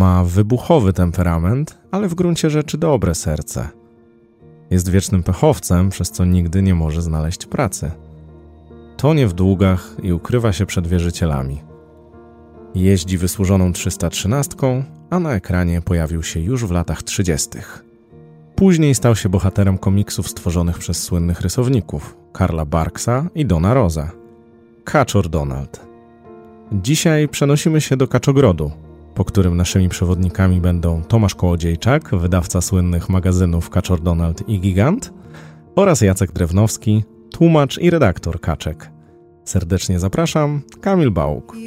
Ma wybuchowy temperament, ale w gruncie rzeczy dobre serce. Jest wiecznym pechowcem, przez co nigdy nie może znaleźć pracy. Tonie w długach i ukrywa się przed wierzycielami. Jeździ wysłużoną 313, a na ekranie pojawił się już w latach 30. Później stał się bohaterem komiksów stworzonych przez słynnych rysowników Karla Barksa i Dona Rosa. Kaczor Donald. Dzisiaj przenosimy się do Kaczogrodu, po którym naszymi przewodnikami będą Tomasz Kołodziejczak, wydawca słynnych magazynów Kaczor Donald i Gigant, oraz Jacek Drewnowski, tłumacz i redaktor Kaczek. Serdecznie zapraszam, Kamil Bałuk.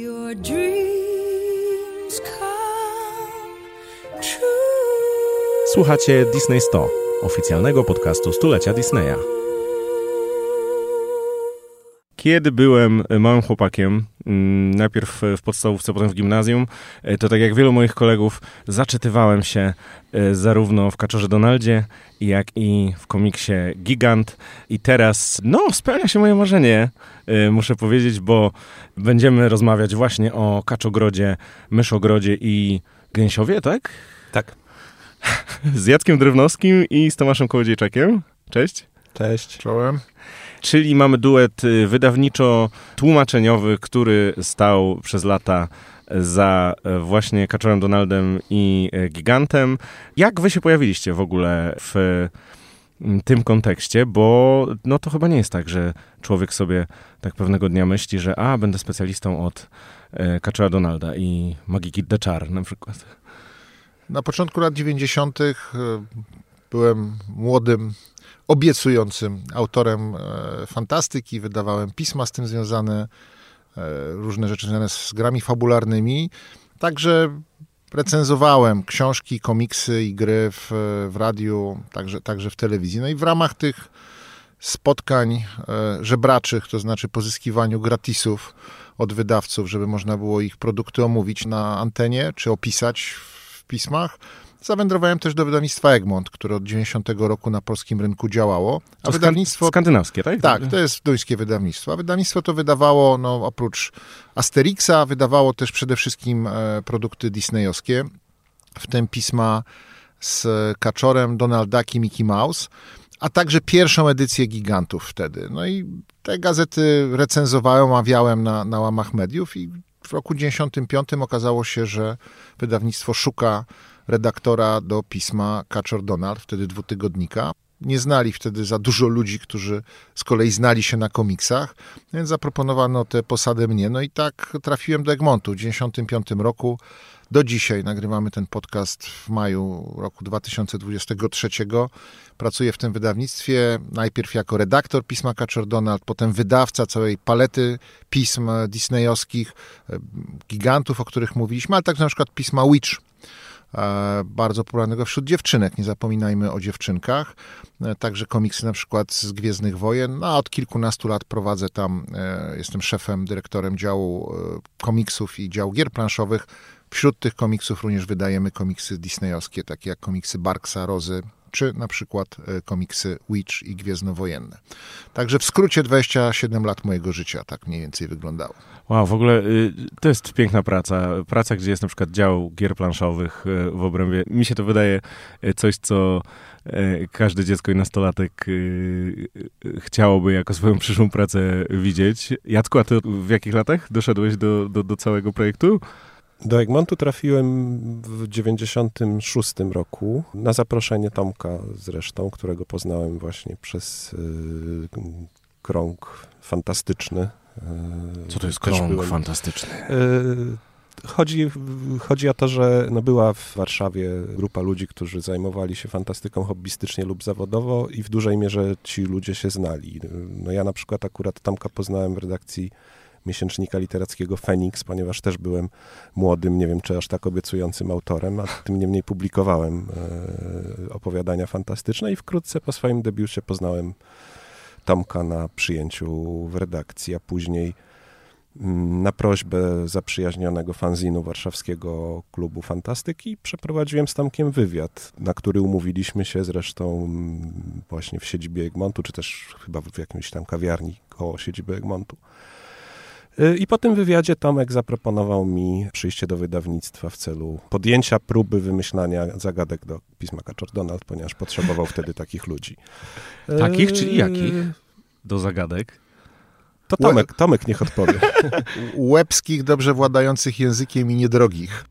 Słuchacie Disney 100, oficjalnego podcastu stulecia Disneya. Kiedy byłem małym chłopakiem, najpierw w podstawówce, potem w gimnazjum, to tak jak wielu moich kolegów zaczytywałem się zarówno w Kaczorze Donaldzie, jak i w komiksie Gigant. I teraz, spełnia się moje marzenie, muszę powiedzieć, bo będziemy rozmawiać właśnie o Kaczogrodzie, Myszogrodzie i Gęsiowie, tak? Tak. Z Jackiem Drewnowskim i z Tomaszem Kołodziejczakiem. Cześć. Cześć. Czołem. Czyli mamy duet wydawniczo-tłumaczeniowy, który stał przez lata za właśnie Kaczorem Donaldem i Gigantem. Jak wy się pojawiliście w ogóle w tym kontekście? Bo to chyba nie jest tak, że człowiek sobie tak pewnego dnia myśli, że będę specjalistą od Kaczora Donalda i Magiki The Char na przykład. Na początku lat 90. byłem młodym, obiecującym autorem fantastyki, wydawałem pisma z tym związane, różne rzeczy związane z grami fabularnymi. Także recenzowałem książki, komiksy i gry w radiu, także w telewizji. No i w ramach tych spotkań żebraczych, to znaczy pozyskiwaniu gratisów od wydawców, żeby można było ich produkty omówić na antenie, czy opisać w pismach, zawędrowałem też do wydawnictwa Egmont, które od 90 roku na polskim rynku działało. A wydawnictwo skandynawskie, tak? Tak, to jest duńskie wydawnictwo. A wydawnictwo to wydawało, oprócz Asterixa, wydawało też przede wszystkim produkty disneyowskie, w tym pisma z Kaczorem, Donald Duck i Mickey Mouse, a także pierwszą edycję Gigantów wtedy. No i te gazety recenzowałem, omawiałem na łamach mediów i w roku 95 okazało się, że wydawnictwo szuka redaktora do pisma Kaczor Donald, wtedy dwutygodnika. Nie znali wtedy za dużo ludzi, którzy z kolei znali się na komiksach, więc zaproponowano tę posadę mnie. No i tak trafiłem do Egmontu w 95 roku. Do dzisiaj nagrywamy ten podcast w maju roku 2023. Pracuję w tym wydawnictwie najpierw jako redaktor pisma Kaczor Donald, potem wydawca całej palety pism disneyowskich, Gigantów, o których mówiliśmy, ale także na przykład pisma Witch, bardzo popularnego wśród dziewczynek, nie zapominajmy o dziewczynkach, także komiksy na przykład z Gwiezdnych Wojen, a od kilkunastu lat prowadzę tam, jestem szefem, dyrektorem działu komiksów i działu gier planszowych. Wśród tych komiksów również wydajemy komiksy disneyowskie, takie jak komiksy Barksa, Rozy, czy na przykład komiksy Witch i Gwiezdnowojenne. Także w skrócie 27 lat mojego życia tak mniej więcej wyglądało. Wow, w ogóle to jest piękna praca. Praca, gdzie jest na przykład dział gier planszowych w obrębie. Mi się to wydaje coś, co każde dziecko i nastolatek chciałoby jako swoją przyszłą pracę widzieć. Jacku, a ty w jakich latach doszedłeś do całego projektu? Do Egmontu trafiłem w 96 roku na zaproszenie Tomka zresztą, którego poznałem właśnie przez krąg fantastyczny. Co to jest krąg fantastyczny? Chodzi o to, że była w Warszawie grupa ludzi, którzy zajmowali się fantastyką hobbystycznie lub zawodowo i w dużej mierze ci ludzie się znali. Ja na przykład akurat Tomka poznałem w redakcji miesięcznika literackiego Feniks, ponieważ też byłem młodym, nie wiem czy aż tak obiecującym autorem, a tym niemniej publikowałem opowiadania fantastyczne i wkrótce po swoim debiucie poznałem Tomka na przyjęciu w redakcji, a później na prośbę zaprzyjaźnionego fanzinu warszawskiego Klubu Fantastyki przeprowadziłem z Tomkiem wywiad, na który umówiliśmy się zresztą właśnie w siedzibie Egmontu, czy też chyba w jakiejś tam kawiarni koło siedziby Egmontu. I po tym wywiadzie Tomek zaproponował mi przyjście do wydawnictwa w celu podjęcia próby wymyślania zagadek do pisma Kaczor Donald, ponieważ potrzebował wtedy takich ludzi. Takich, czyli jakich? Do zagadek? To Tomek niech odpowie. Łebskich, dobrze władających językiem i niedrogich.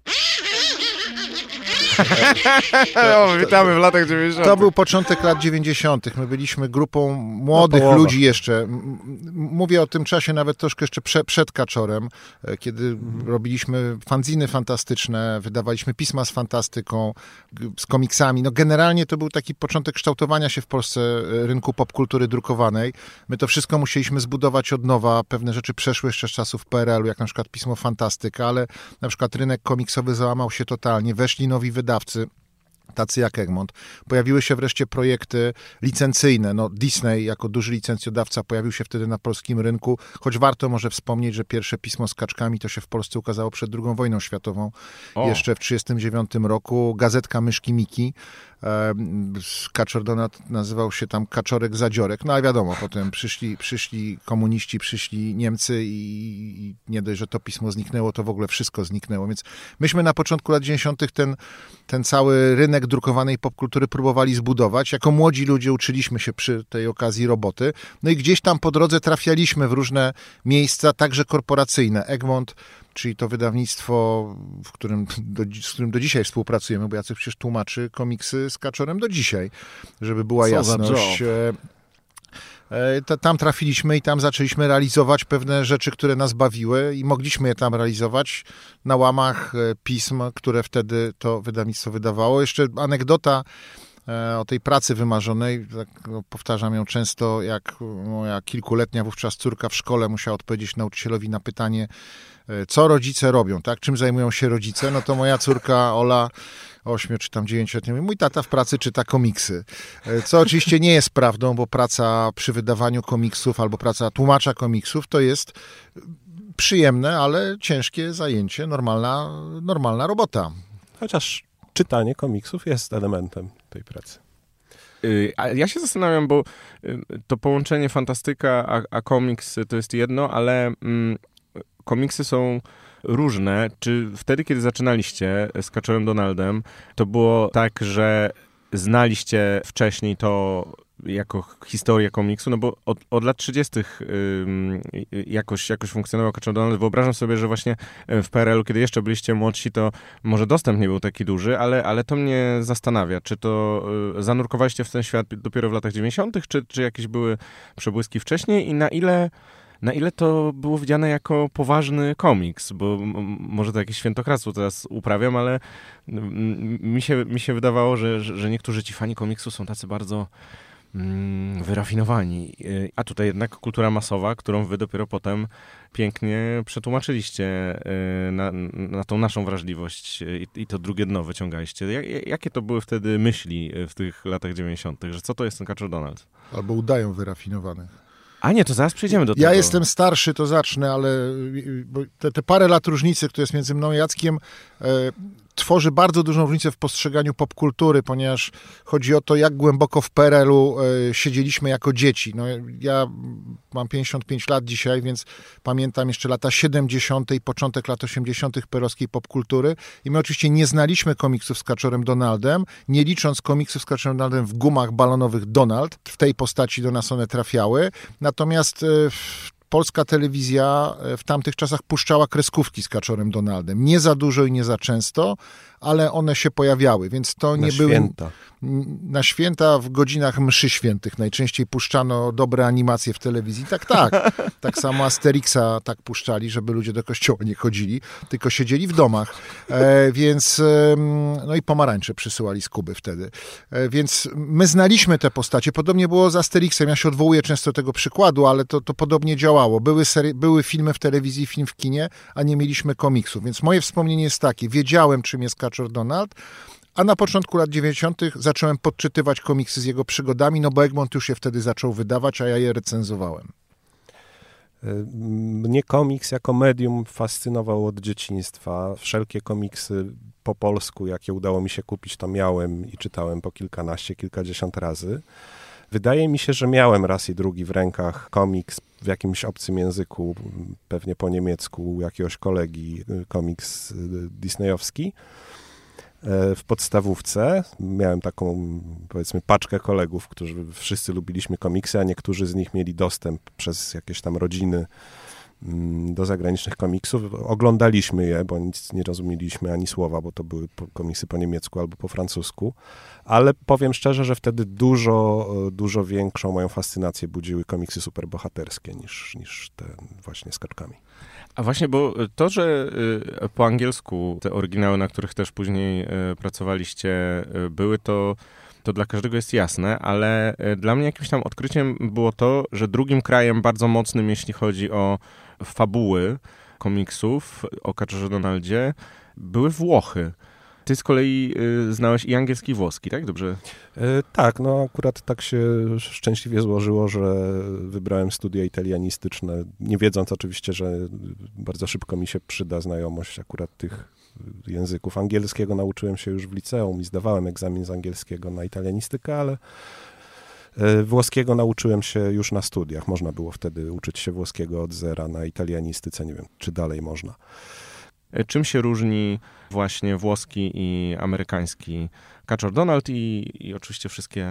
Witamy w latach 90. To był początek lat 90. My byliśmy grupą młodych ludzi jeszcze. Mówię o tym czasie nawet troszkę jeszcze przed Kaczorem, kiedy robiliśmy fanziny fantastyczne, wydawaliśmy pisma z fantastyką, z komiksami. No generalnie to był taki początek kształtowania się w Polsce rynku popkultury drukowanej. My to wszystko musieliśmy zbudować od nowa. Pewne rzeczy przeszły jeszcze z czasów PRL-u, jak na przykład pismo Fantastyka, ale na przykład rynek komiksowy załamał się totalnie. Weszli nowi wydawcy, tacy jak Egmont. Pojawiły się wreszcie projekty licencyjne. No, Disney jako duży licencjodawca pojawił się wtedy na polskim rynku, choć warto może wspomnieć, że pierwsze pismo z kaczkami to się w Polsce ukazało przed II wojną światową. Jeszcze w 1939 roku. Gazetka Myszki Miki. Kaczor Donald nazywał się tam Kaczorek Zadziorek. No ale wiadomo, potem przyszli komuniści, przyszli Niemcy i nie dość, że to pismo zniknęło, to w ogóle wszystko zniknęło. Więc myśmy na początku lat 90. ten cały rynek drukowanej popkultury próbowali zbudować. Jako młodzi ludzie uczyliśmy się przy tej okazji roboty. No i gdzieś tam po drodze trafialiśmy w różne miejsca, także korporacyjne. Egmont, czyli to wydawnictwo, z którym do dzisiaj współpracujemy, bo Jacek przecież tłumaczy komiksy z Kaczorem do dzisiaj, żeby była jasność. Tam trafiliśmy i tam zaczęliśmy realizować pewne rzeczy, które nas bawiły i mogliśmy je tam realizować na łamach pism, które wtedy to wydawnictwo wydawało. Jeszcze anegdota o tej pracy wymarzonej, tak, powtarzam ją często, jak moja kilkuletnia wówczas córka w szkole musiała odpowiedzieć nauczycielowi na pytanie, co rodzice robią, tak? Czym zajmują się rodzice? No to moja córka Ola, 8 czy tam 9-letnia, mówi, mój tata w pracy czyta komiksy. Co oczywiście nie jest prawdą, bo praca przy wydawaniu komiksów albo praca tłumacza komiksów to jest przyjemne, ale ciężkie zajęcie, normalna robota. Chociaż czytanie komiksów jest elementem tej pracy. A ja się zastanawiam, bo to połączenie fantastyka a komiks to jest jedno, ale komiksy są różne. Czy wtedy, kiedy zaczynaliście z Kaczorem Donaldem, to było tak, że znaliście wcześniej to jako historię komiksu, no bo od lat 30. jakoś funkcjonował Kaczor Donald. Wyobrażam sobie, że właśnie w PRL-u, kiedy jeszcze byliście młodsi, to może dostęp nie był taki duży, ale to mnie zastanawia. Czy to zanurkowaliście w ten świat dopiero w latach 90., czy jakieś były przebłyski wcześniej i na ile to było widziane jako poważny komiks, bo może to jakieś świętokradztwo teraz uprawiam, ale mi się wydawało, że niektórzy ci fani komiksu są tacy bardzo wyrafinowani. A tutaj jednak kultura masowa, którą wy dopiero potem pięknie przetłumaczyliście na tą naszą wrażliwość i to drugie dno wyciągaliście. Jakie to były wtedy myśli w tych latach 90., że co to jest ten Kaczor Donald? Albo udają wyrafinowanych. A nie, to zaraz przejdziemy do tego. Ja jestem starszy, to zacznę, ale te parę lat różnicy, które jest między mną i Jackiem, tworzy bardzo dużą różnicę w postrzeganiu popkultury, ponieważ chodzi o to, jak głęboko w PRL-u siedzieliśmy jako dzieci. No, ja mam 55 lat dzisiaj, więc pamiętam jeszcze lata 70. i początek lat 80. perowskiej popkultury i my oczywiście nie znaliśmy komiksów z Kaczorem Donaldem, nie licząc komiksów z Kaczorem Donaldem w gumach balonowych Donald. W tej postaci do nas one trafiały. Natomiast polska telewizja w tamtych czasach puszczała kreskówki z Kaczorem Donaldem. Nie za dużo i nie za często, ale one się pojawiały, więc to nie były... Święta. Na święta w godzinach mszy świętych najczęściej puszczano dobre animacje w telewizji. Tak samo Asterixa tak puszczali, żeby ludzie do kościoła nie chodzili, tylko siedzieli w domach. Więc, no i pomarańcze przysyłali z Kuby wtedy. Więc my znaliśmy te postacie. Podobnie było z Asterixem. Ja się odwołuję często do tego przykładu, ale to podobnie działało. Były filmy w telewizji, film w kinie, a nie mieliśmy komiksów. Więc moje wspomnienie jest takie. Wiedziałem, czym jest Kaczor Donald, a na początku lat 90. zacząłem podczytywać komiksy z jego przygodami, no bo Egmont już je wtedy zaczął wydawać, a ja je recenzowałem. Mnie komiks jako medium fascynował od dzieciństwa. Wszelkie komiksy po polsku, jakie udało mi się kupić, to miałem i czytałem po kilkanaście, kilkadziesiąt razy. Wydaje mi się, że miałem raz i drugi w rękach komiks w jakimś obcym języku, pewnie po niemiecku, u jakiegoś kolegi, komiks disneyowski. W podstawówce miałem taką, powiedzmy, paczkę kolegów, którzy wszyscy lubiliśmy komiksy, a niektórzy z nich mieli dostęp przez jakieś tam rodziny do zagranicznych komiksów. Oglądaliśmy je, bo nic nie rozumieliśmy ani słowa, bo to były komiksy po niemiecku albo po francusku, ale powiem szczerze, że wtedy dużo większą moją fascynację budziły komiksy superbohaterskie niż te właśnie z kaczkami. A właśnie, bo to, że po angielsku te oryginały, na których też później pracowaliście, były, to dla każdego jest jasne, ale dla mnie jakimś tam odkryciem było to, że drugim krajem bardzo mocnym, jeśli chodzi o fabuły komiksów o Kaczorze Donaldzie, były Włochy. Ty z kolei znałeś i angielski, i włoski, tak? Dobrze? Tak, no akurat tak się szczęśliwie złożyło, że wybrałem studia italianistyczne, nie wiedząc oczywiście, że bardzo szybko mi się przyda znajomość akurat tych języków. Angielskiego nauczyłem się już w liceum i zdawałem egzamin z angielskiego na italianistykę, ale włoskiego nauczyłem się już na studiach. Można było wtedy uczyć się włoskiego od zera na italianistyce, nie wiem, czy dalej można. Czym się różni właśnie włoski i amerykański Kaczor Donald i oczywiście wszystkie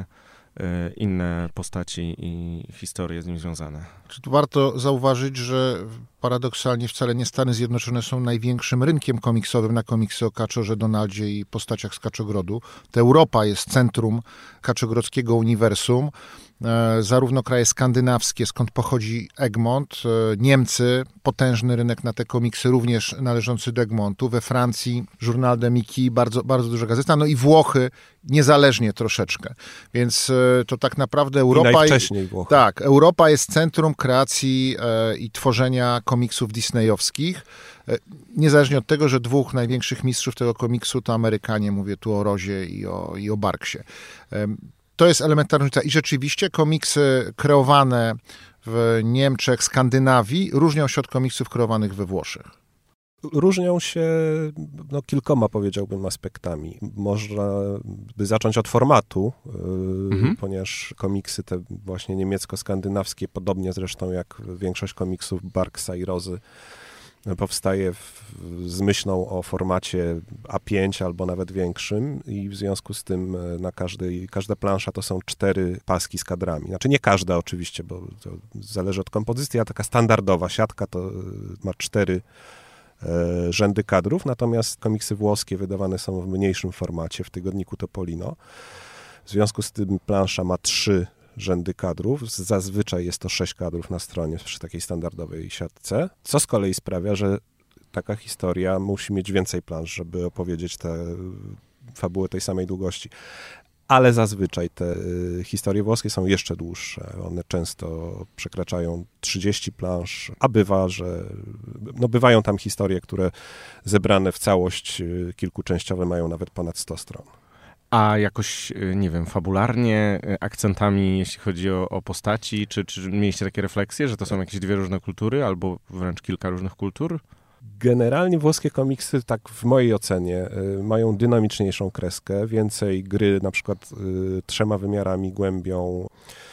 inne postaci i historie z nim związane? Tu warto zauważyć, że paradoksalnie wcale nie Stany Zjednoczone są największym rynkiem komiksowym na komiksy o Kaczorze Donaldzie i postaciach z Kaczogrodu. To Europa jest centrum kaczogrodzkiego uniwersum. Zarówno kraje skandynawskie, skąd pochodzi Egmont, Niemcy, potężny rynek na te komiksy, również należący do Egmontu, we Francji Journal de Mickey, bardzo, bardzo duża gazeta, no i Włochy niezależnie troszeczkę. Więc to tak naprawdę Europa... I najwcześniej Włochy. Tak, Europa jest centrum kreacji i tworzenia komiksów disneyowskich. Niezależnie od tego, że dwóch największych mistrzów tego komiksu to Amerykanie, mówię tu o Rozie i o Barksie. To jest elementarna różnica. I rzeczywiście komiksy kreowane w Niemczech, Skandynawii różnią się od komiksów kreowanych we Włoszech. Różnią się kilkoma, powiedziałbym, aspektami. Można by zacząć od formatu, ponieważ komiksy te właśnie niemiecko-skandynawskie, podobnie zresztą jak większość komiksów Barksa i Rozy, powstaje z myślą o formacie A5 albo nawet większym i w związku z tym każda plansza to są 4 paski z kadrami. Znaczy nie każda oczywiście, bo to zależy od kompozycji, a taka standardowa siatka to ma 4 rzędy kadrów, natomiast komiksy włoskie wydawane są w mniejszym formacie w tygodniku Topolino. W związku z tym plansza ma 3 rzędy kadrów. Zazwyczaj jest to 6 kadrów na stronie przy takiej standardowej siatce, co z kolei sprawia, że taka historia musi mieć więcej plansz, żeby opowiedzieć tę fabułę tej samej długości. Ale zazwyczaj te historie włoskie są jeszcze dłuższe. One często przekraczają 30 plansz, a bywa, że bywają tam historie, które zebrane w całość kilkuczęściowe mają nawet ponad 100 stron. A jakoś, nie wiem, fabularnie, akcentami, jeśli chodzi o postaci, czy mieliście takie refleksje, że to są jakieś 2 różne kultury, albo wręcz kilka różnych kultur? Generalnie włoskie komiksy, tak w mojej ocenie, mają dynamiczniejszą kreskę, więcej gry, na przykład 3 wymiarami, głębią,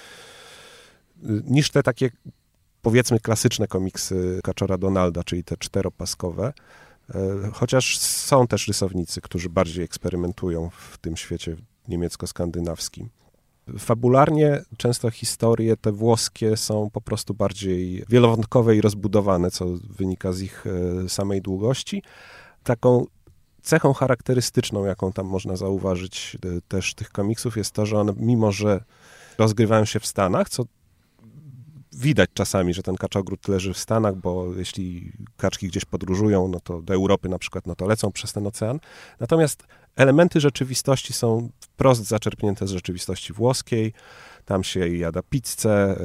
niż te takie, powiedzmy, klasyczne komiksy Kaczora Donalda, czyli te 4-paskowe. Chociaż są też rysownicy, którzy bardziej eksperymentują w tym świecie niemiecko-skandynawskim. Fabularnie często historie te włoskie są po prostu bardziej wielowątkowe i rozbudowane, co wynika z ich samej długości. Taką cechą charakterystyczną, jaką tam można zauważyć też tych komiksów, jest to, że one, mimo że rozgrywają się w Stanach, co widać czasami, że ten kaczogród leży w Stanach, bo jeśli kaczki gdzieś podróżują, no to do Europy na przykład, no to lecą przez ten ocean. Natomiast elementy rzeczywistości są wprost zaczerpnięte z rzeczywistości włoskiej. Tam się jada pizzę,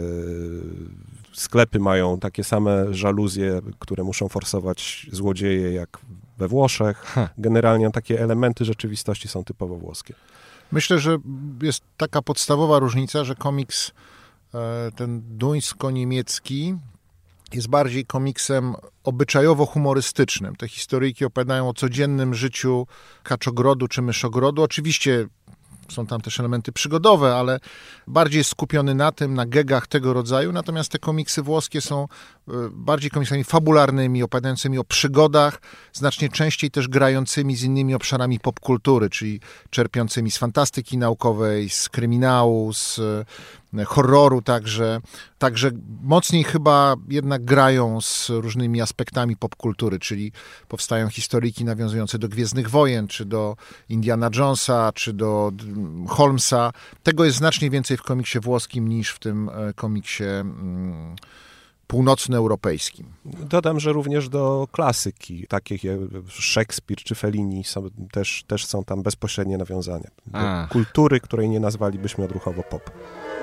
sklepy mają takie same żaluzje, które muszą forsować złodzieje jak we Włoszech. Generalnie takie elementy rzeczywistości są typowo włoskie. Myślę, że jest taka podstawowa różnica, że komiks ten duńsko-niemiecki jest bardziej komiksem obyczajowo-humorystycznym. Te historyjki opowiadają o codziennym życiu kaczogrodu czy myszogrodu. Oczywiście są tam też elementy przygodowe, ale bardziej jest skupiony na tym, na gegach tego rodzaju, natomiast te komiksy włoskie są bardziej komiksami fabularnymi, opowiadającymi o przygodach, znacznie częściej też grającymi z innymi obszarami popkultury, czyli czerpiącymi z fantastyki naukowej, z kryminału, z horroru także mocniej chyba jednak grają z różnymi aspektami popkultury, czyli powstają historyjki nawiązujące do Gwiezdnych Wojen, czy do Indiana Jonesa, czy do Holmesa. Tego jest znacznie więcej w komiksie włoskim niż w tym komiksie północnoeuropejskim. Dodam, że również do klasyki, takich jak Szekspir czy Fellini, też są tam bezpośrednie nawiązania. Do kultury, której nie nazwalibyśmy odruchowo pop.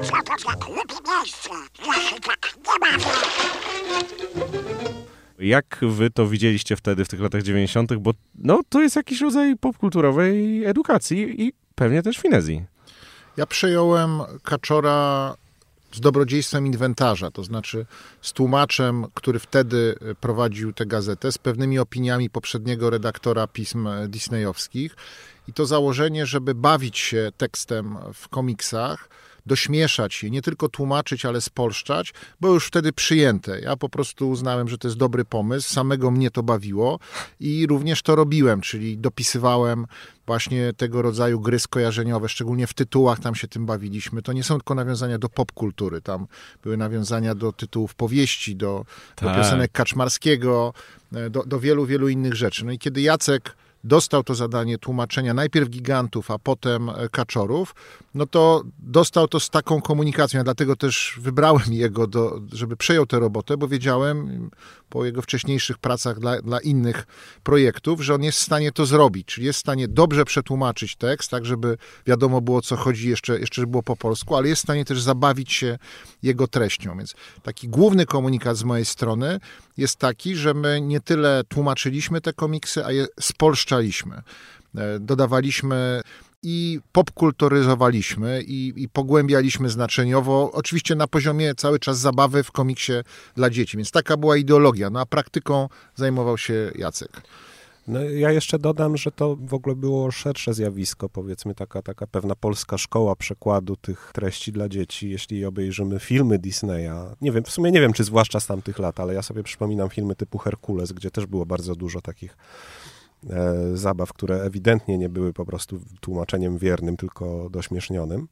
Jak wy to widzieliście wtedy, w tych latach 90., bo to jest jakiś rodzaj popkulturowej edukacji i pewnie też finezji. Ja przejąłem Kaczora z dobrodziejstwem inwentarza, to znaczy z tłumaczem, który wtedy prowadził tę gazetę, z pewnymi opiniami poprzedniego redaktora pism disneyowskich i to założenie, żeby bawić się tekstem w komiksach, dośmieszać je, nie tylko tłumaczyć, ale spolszczać, było już wtedy przyjęte. Ja po prostu uznałem, że to jest dobry pomysł, samego mnie to bawiło i również to robiłem, czyli dopisywałem właśnie tego rodzaju gry skojarzeniowe, szczególnie w tytułach, tam się tym bawiliśmy. To nie są tylko nawiązania do popkultury, tam były nawiązania do tytułów powieści, do piosenek Kaczmarskiego, do wielu, wielu innych rzeczy. No i kiedy Jacek dostał to zadanie tłumaczenia najpierw Gigantów, a potem Kaczorów, no to dostał to z taką komunikacją. Ja dlatego też wybrałem jego, żeby przejął tę robotę, bo wiedziałem po jego wcześniejszych pracach dla innych projektów, że on jest w stanie to zrobić, czyli jest w stanie dobrze przetłumaczyć tekst, tak żeby wiadomo było, co chodzi, jeszcze żeby było po polsku, ale jest w stanie też zabawić się jego treścią. Więc taki główny komunikat z mojej strony jest taki, że my nie tyle tłumaczyliśmy te komiksy, a je spolszczaliśmy. Dodawaliśmy i popkulturyzowaliśmy i pogłębialiśmy znaczeniowo, oczywiście na poziomie cały czas zabawy w komiksie dla dzieci, więc taka była ideologia, a praktyką zajmował się Jacek. No, ja jeszcze dodam, że to w ogóle było szersze zjawisko, powiedzmy taka pewna polska szkoła przekładu tych treści dla dzieci. Jeśli obejrzymy filmy Disneya, w sumie nie wiem, czy zwłaszcza z tamtych lat, ale ja sobie przypominam filmy typu Herkules, gdzie też było bardzo dużo takich zabaw, które ewidentnie nie były po prostu tłumaczeniem wiernym, tylko dośmiesznionym.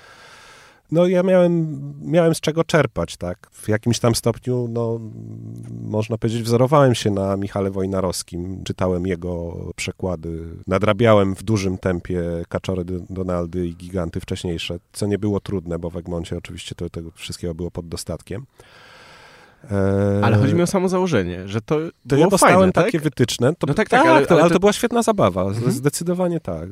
No ja miałem z czego czerpać, tak. W jakimś tam stopniu, można powiedzieć, wzorowałem się na Michale Wojnarowskim, czytałem jego przekłady, nadrabiałem w dużym tempie Kaczory, Donaldy i Giganty wcześniejsze, co nie było trudne, bo w Egmoncie oczywiście tego wszystkiego było pod dostatkiem. Ale chodzi mi o samo założenie, że to było ja dostałem fajne, takie tak? wytyczne. Ale to była świetna zabawa. Zdecydowanie tak.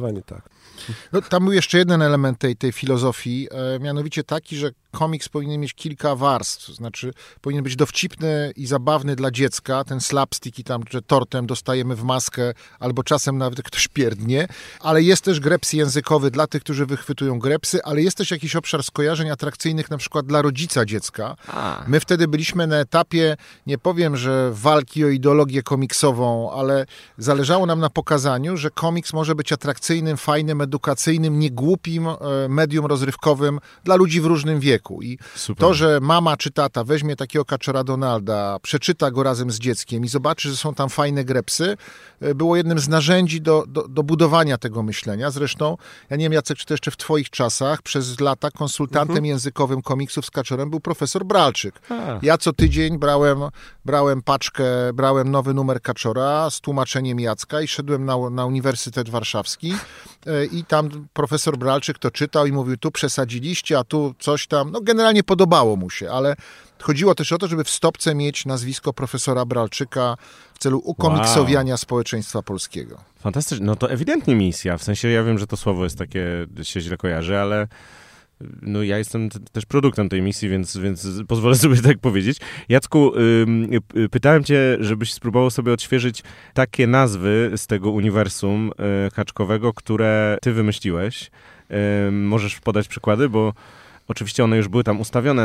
No, tam był jeszcze jeden element tej filozofii, mianowicie taki, że komiks powinien mieć kilka warstw, to znaczy powinien być dowcipny i zabawny dla dziecka, ten slapstick i tam, że tortem dostajemy w maskę, albo czasem nawet ktoś pierdnie, ale jest też greps językowy dla tych, którzy wychwytują grepsy, ale jest też jakiś obszar skojarzeń atrakcyjnych na przykład dla rodzica dziecka. My wtedy byliśmy na etapie, nie powiem, że walki o ideologię komiksową, ale zależało nam na pokazaniu, że komiks może być atrakcyjnym, fajnym, edukacyjnym, niegłupim medium rozrywkowym dla ludzi w różnym wieku. I super. To, że mama czy tata weźmie takiego Kaczora Donalda, przeczyta go razem z dzieckiem i zobaczy, że są tam fajne grepsy, było jednym z narzędzi do budowania tego myślenia. Zresztą, ja nie wiem, Jacek, czy to jeszcze w twoich czasach, przez lata konsultantem językowym komiksów z Kaczorem był profesor Bralczyk. Ja co tydzień brałem paczkę, brałem nowy numer Kaczora z tłumaczeniem Jacka i szedłem na Uniwersytet Warszawski i tam profesor Bralczyk to czytał i mówił, tu przesadziliście, a tu coś tam. No generalnie podobało mu się, ale chodziło też o to, żeby w stopce mieć nazwisko profesora Bralczyka w celu ukomiksowiania społeczeństwa polskiego. Fantastycznie. No to ewidentnie misja. W sensie ja wiem, że to słowo jest takie, się źle kojarzy, ale ja jestem też produktem tej misji, więc pozwolę sobie tak powiedzieć. Jacku, pytałem cię, żebyś spróbował sobie odświeżyć takie nazwy z tego uniwersum kaczkowego, które ty wymyśliłeś. Możesz podać przykłady, bo oczywiście one już były tam ustawione,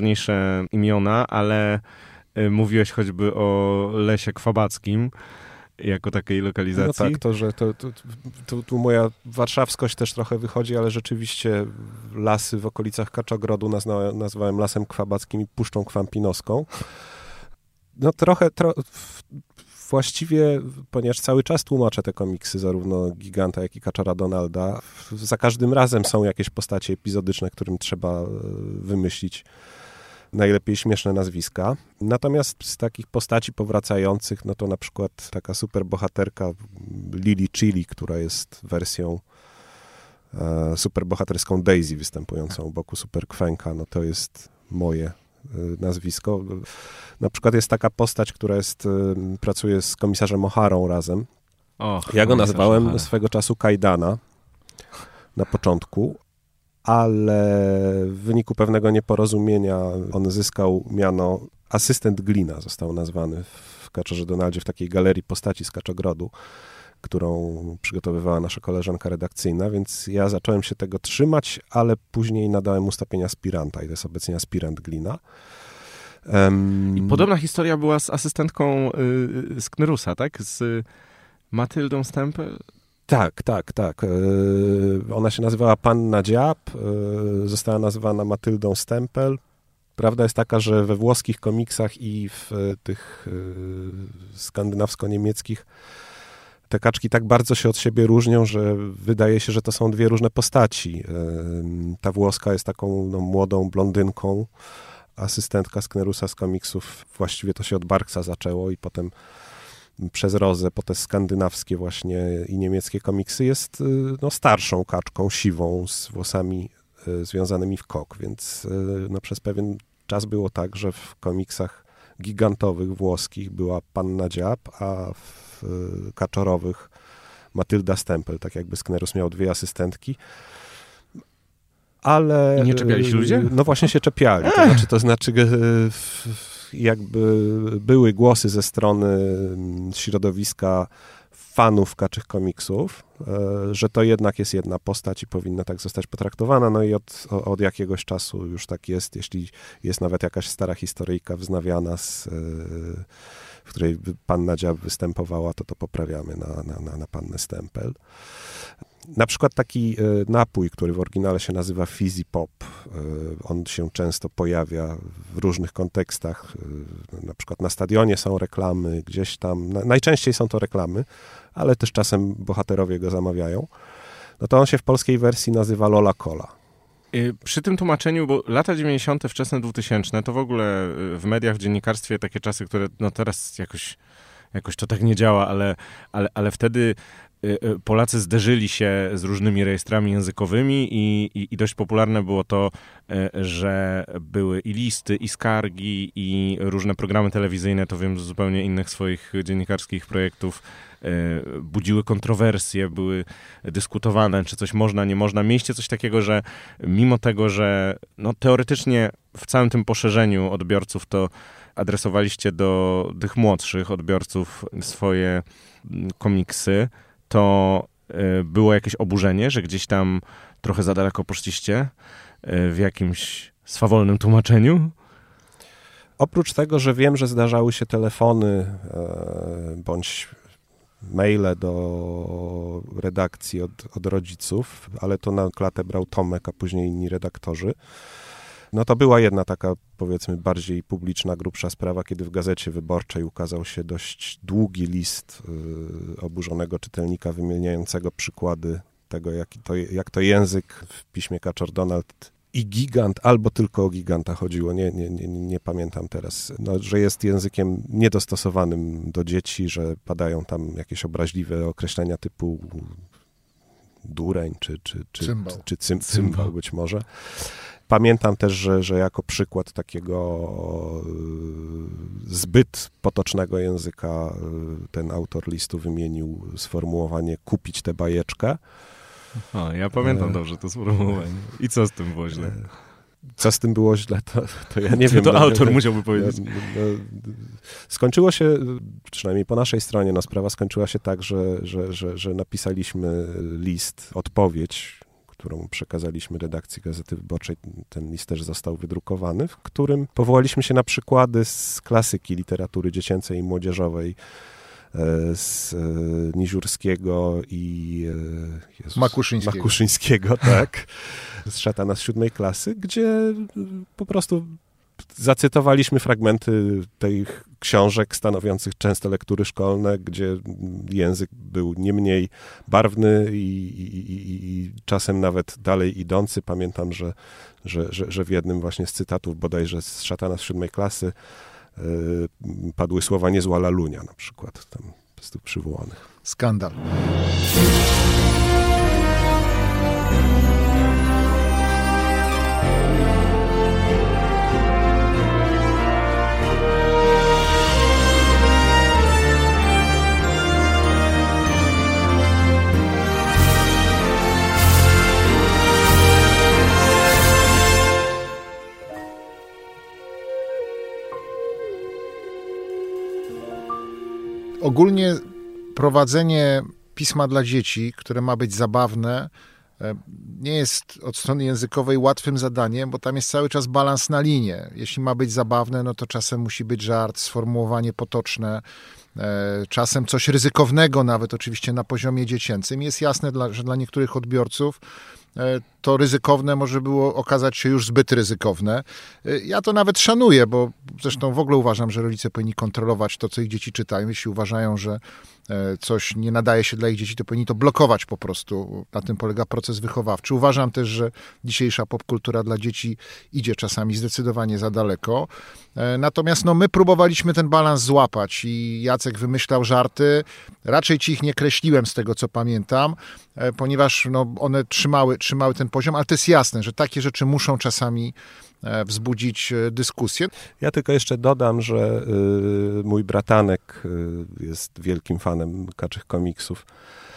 najważniejsze imiona, ale mówiłeś choćby o Lesie Kwabackim. jako takiej lokalizacji. No tak, to, że tu moja warszawskość też trochę wychodzi, ale rzeczywiście lasy w okolicach Kaczogrodu nazwałem Lasem Kwabackim i Puszczą Kwampinoską. No właściwie, ponieważ cały czas tłumaczę te komiksy, zarówno Giganta, jak i Kaczora Donalda, za każdym razem są jakieś postacie epizodyczne, którym trzeba wymyślić najlepiej śmieszne nazwiska. Natomiast z takich postaci powracających, no to na przykład taka superbohaterka Lily Chili, która jest wersją superbohaterską Daisy występującą u boku Super Kwenka, no to jest moje nazwisko. Na przykład jest taka postać, która pracuje z komisarzem O'Harą razem. Ja go nazwałem swego czasu Kajdana na początku, ale w wyniku pewnego nieporozumienia on zyskał miano asystent Glina, został nazwany w Kaczorze Donaldzie, w takiej galerii postaci z Kaczogrodu, którą przygotowywała nasza koleżanka redakcyjna, więc ja zacząłem się tego trzymać, ale później nadałem mu stopień aspiranta i to jest obecnie aspirant Glina. I podobna historia była z asystentką z Knerusa, tak? Z Matyldą Stempel? Tak. Ona się nazywała Panna Dziab, została nazwana Matyldą Stempel. Prawda jest taka, że we włoskich komiksach i w tych skandynawsko-niemieckich te kaczki tak bardzo się od siebie różnią, że wydaje się, że to są dwie różne postaci. Ta włoska jest taką młodą blondynką, asystentka z Knerusa z komiksów, właściwie to się od Barksa zaczęło i potem przez Rozę, po te skandynawskie właśnie i niemieckie komiksy jest starszą kaczką, siwą, z włosami związanymi w kok, więc przez pewien czas było tak, że w komiksach gigantowych włoskich była Panna Dziab, a w kaczorowych Matylda Stempel, tak jakby Knerus miał dwie asystentki. Ale... I nie czepiali się ludzie? No właśnie się czepiali. To znaczy jakby były głosy ze strony środowiska fanów kaczych komiksów, że to jednak jest jedna postać i powinna tak zostać potraktowana, no i od jakiegoś czasu już tak jest, jeśli jest nawet jakaś stara historyjka wznawiana, w której Panna Dziab występowała, to poprawiamy na Pannę Stempel. Na przykład taki napój, który w oryginale się nazywa Fizzy Pop, on się często pojawia w różnych kontekstach, na przykład na stadionie są reklamy, gdzieś tam, najczęściej są to reklamy, ale też czasem bohaterowie go zamawiają, no to on się w polskiej wersji nazywa Lola Cola. Przy tym tłumaczeniu, bo lata 90., wczesne 2000, to w ogóle w mediach, w dziennikarstwie takie czasy, które no teraz jakoś to tak nie działa, ale wtedy Polacy zderzyli się z różnymi rejestrami językowymi i dość popularne było to, że były i listy, i skargi, i różne programy telewizyjne, to wiem z zupełnie innych swoich dziennikarskich projektów, budziły kontrowersje, były dyskutowane, czy coś można, nie można. Mieliście coś takiego, że mimo tego, że no, teoretycznie w całym tym poszerzeniu odbiorców to adresowaliście do tych młodszych odbiorców swoje komiksy, to było jakieś oburzenie, że gdzieś tam trochę za daleko poszliście w jakimś swawolnym tłumaczeniu? Oprócz tego, że wiem, że zdarzały się telefony bądź maile do redakcji od rodziców, ale to na klatę brał Tomek, a później inni redaktorzy. No to była jedna taka, powiedzmy, bardziej publiczna, grubsza sprawa, kiedy w Gazecie Wyborczej ukazał się dość długi list oburzonego czytelnika wymieniającego przykłady tego, jak to język w piśmie Kaczor Donald i Gigant, albo tylko o Giganta chodziło, nie pamiętam teraz, no, że jest językiem niedostosowanym do dzieci, że padają tam jakieś obraźliwe określenia typu dureń, czy cymbał być może. Pamiętam też, że jako przykład takiego zbyt potocznego języka ten autor listu wymienił sformułowanie kupić tę bajeczkę. O, ja pamiętam dobrze to sformułowanie. I co z tym było źle? Co z tym było źle, to ja nie wiem. To autor musiałby powiedzieć. Skończyło się, przynajmniej po naszej stronie, sprawa skończyła się tak, że napisaliśmy list, odpowiedź, którą przekazaliśmy redakcji Gazety Wyborczej. Ten list też został wydrukowany, w którym powołaliśmy się na przykłady z klasyki literatury dziecięcej i młodzieżowej z Niziurskiego i Makuszyńskiego, tak, z Szatana z 7 klasy, gdzie po prostu zacytowaliśmy fragmenty tych książek stanowiących często lektury szkolne, gdzie język był nie mniej barwny i czasem nawet dalej idący. Pamiętam, że w jednym właśnie z cytatów bodajże z Szatana z 7 klasy padły słowa niezła lalunia na przykład, tam po prostu przywołanych. Skandal. Ogólnie prowadzenie pisma dla dzieci, które ma być zabawne, nie jest od strony językowej łatwym zadaniem, bo tam jest cały czas balans na linie. Jeśli ma być zabawne, no to czasem musi być żart, sformułowanie potoczne, czasem coś ryzykownego nawet oczywiście na poziomie dziecięcym. Jest jasne, że dla niektórych odbiorców to ryzykowne może było okazać się już zbyt ryzykowne. Ja to nawet szanuję, bo zresztą w ogóle uważam, że rodzice powinni kontrolować to, co ich dzieci czytają. Jeśli uważają, że coś nie nadaje się dla ich dzieci, to powinni to blokować po prostu. Na tym polega proces wychowawczy. Uważam też, że dzisiejsza popkultura dla dzieci idzie czasami zdecydowanie za daleko. Natomiast my próbowaliśmy ten balans złapać i Jacek wymyślał żarty. Raczej ci ich nie kreśliłem z tego, co pamiętam, ponieważ one trzymały ten poziom, ale to jest jasne, że takie rzeczy muszą czasami wzbudzić dyskusję. Ja tylko jeszcze dodam, że mój bratanek jest wielkim fanem Kaczych komiksów.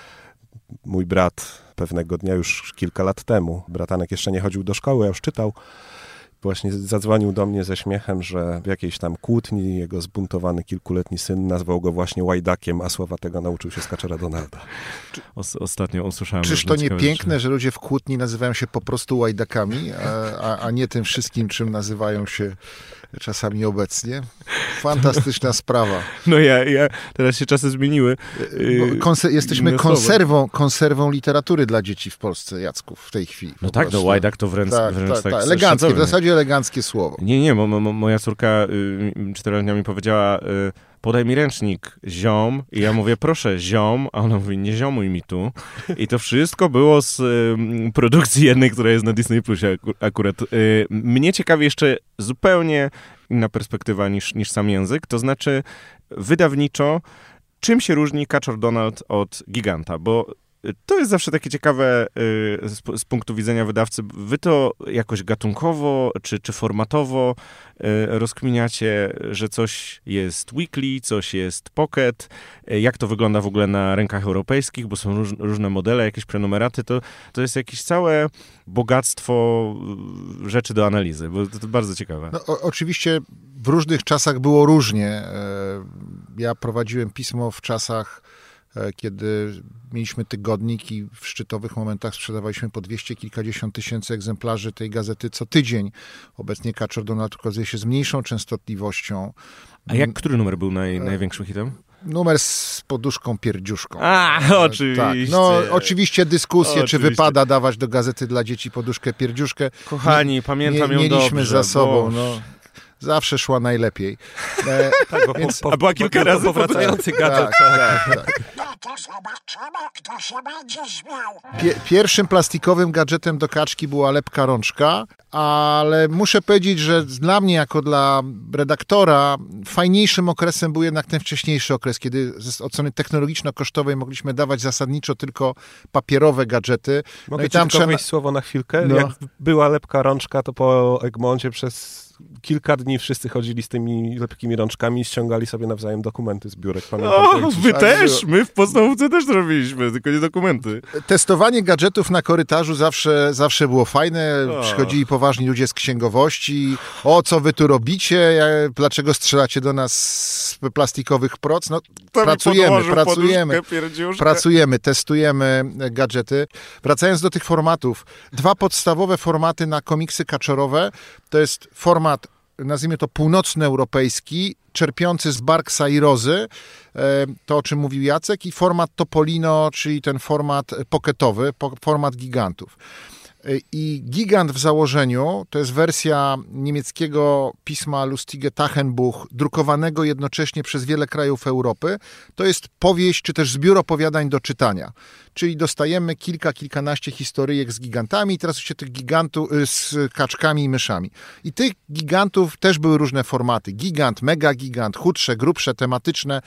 Mój brat pewnego dnia, już kilka lat temu, bratanek jeszcze nie chodził do szkoły, a już czytał, właśnie zadzwonił do mnie ze śmiechem, że w jakiejś tam kłótni jego zbuntowany kilkuletni syn nazwał go właśnie łajdakiem, a słowa tego nauczył się z Kaczora Donalda. Ostatnio usłyszałem... Czyż to nie piękne, że ludzie w kłótni nazywają się po prostu łajdakami, a nie tym wszystkim, czym nazywają się czasami obecnie? Fantastyczna sprawa. No ja teraz się czasy zmieniły. Jesteśmy konserwą literatury dla dzieci w Polsce, Jacku, w tej chwili. No tak, no łajdak to wręcz tak eleganckie, w zasadzie eleganckie słowo. Nie, moja córka 4-letnia mi powiedziała, podaj mi ręcznik, ziom. I ja mówię, proszę, ziom. A ona mówi, nie ziomuj mi tu. I to wszystko było z produkcji jednej, która jest na Disney Plusie akurat. Mnie ciekawi jeszcze zupełnie inna perspektywa niż sam język. To znaczy, wydawniczo, czym się różni Kaczor Donald od Giganta? Bo to jest zawsze takie ciekawe z punktu widzenia wydawcy. Wy to jakoś gatunkowo czy formatowo rozkminiacie, że coś jest weekly, coś jest pocket. Jak to wygląda w ogóle na rynkach europejskich, bo są różne modele, jakieś prenumeraty. To jest jakieś całe bogactwo rzeczy do analizy, bo to bardzo ciekawe. No, oczywiście w różnych czasach było różnie. Ja prowadziłem pismo w czasach, kiedy mieliśmy tygodnik i w szczytowych momentach sprzedawaliśmy po 200 kilkadziesiąt tysięcy egzemplarzy tej gazety co tydzień. Obecnie Kaczor Donald ukazuje się z mniejszą częstotliwością. A który numer był największym hitem? Numer z poduszką pierdziuszką. Oczywiście. Tak. Oczywiście dyskusje, czy wypada dawać do gazety dla dzieci poduszkę pierdziuszkę. Kochani, pamiętam ją mieliśmy dobrze. Za sobą, zawsze szła najlepiej. Więc, a była kilka razy powracający gadżet. Tak. Pierwszym plastikowym gadżetem do kaczki była lepka rączka, ale muszę powiedzieć, że dla mnie, jako dla redaktora, fajniejszym okresem był jednak ten wcześniejszy okres, kiedy od strony technologiczno-kosztowej mogliśmy dawać zasadniczo tylko papierowe gadżety. Mogę ci tylko wejść słowo na chwilkę? Jak była lepka rączka, to po Egmoncie przez kilka dni wszyscy chodzili z tymi lepkimi rączkami i ściągali sobie nawzajem dokumenty z biurek. Wy też? My w podstawówce też robiliśmy, tylko nie dokumenty. Testowanie gadżetów na korytarzu zawsze było fajne. Przychodzili poważni ludzie z księgowości. Co wy tu robicie? Dlaczego strzelacie do nas z plastikowych proc? Pracujemy, testujemy gadżety. Wracając do tych formatów. 2 podstawowe formaty na komiksy kaczorowe to jest format nazwijmy to północnoeuropejski, czerpiący z Barksa i Rozy, to o czym mówił Jacek, i format Topolino, czyli ten format pocketowy, format gigantów. I Gigant w założeniu to jest wersja niemieckiego pisma Lustige Taschenbuch, drukowanego jednocześnie przez wiele krajów Europy. To jest powieść, czy też zbiór opowiadań do czytania. Czyli dostajemy kilkanaście historyjek z gigantami i teraz oczywiście tych gigantów z kaczkami i myszami. I tych gigantów też były różne formaty. Gigant, mega gigant, chudsze, grubsze, tematyczne.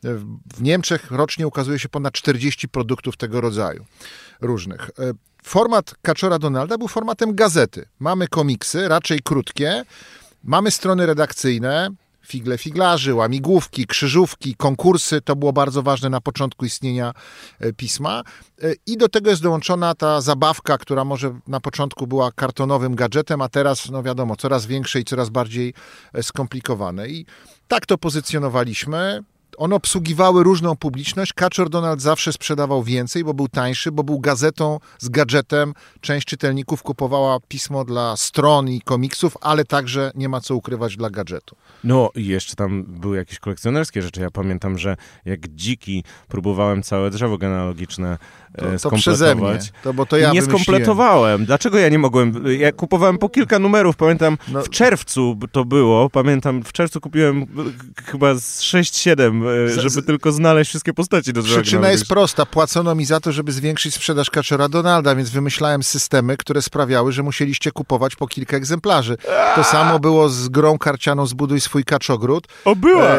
W Niemczech rocznie ukazuje się ponad 40 produktów tego rodzaju różnych. Format Kaczora Donalda był formatem gazety. Mamy komiksy, raczej krótkie, mamy strony redakcyjne, figle figlarzy, łamigłówki, krzyżówki, konkursy, to było bardzo ważne na początku istnienia pisma. I do tego jest dołączona ta zabawka, która może na początku była kartonowym gadżetem, a teraz, no wiadomo, coraz większe i coraz bardziej skomplikowane. I tak to pozycjonowaliśmy. One obsługiwały różną publiczność. Kaczor Donald zawsze sprzedawał więcej, bo był tańszy, bo był gazetą z gadżetem. Część czytelników kupowała pismo dla stron i komiksów, ale także, nie ma co ukrywać, dla gadżetu. No i jeszcze tam były jakieś kolekcjonerskie rzeczy. Ja pamiętam, że jak dziki próbowałem całe drzewo genealogiczne to przeze mnie. Bo to ja nie skompletowałem. Dlaczego ja nie mogłem? Ja kupowałem po kilka numerów. Pamiętam, w czerwcu to było. Pamiętam, w czerwcu kupiłem chyba z 6-7, żeby tylko znaleźć wszystkie postaci do drzewa. Przyczyna jest prosta. Płacono mi za to, żeby zwiększyć sprzedaż Kaczora Donalda, więc wymyślałem systemy, które sprawiały, że musieliście kupować po kilka egzemplarzy. To samo było z grą karcianą Zbuduj swój kaczogród. Była!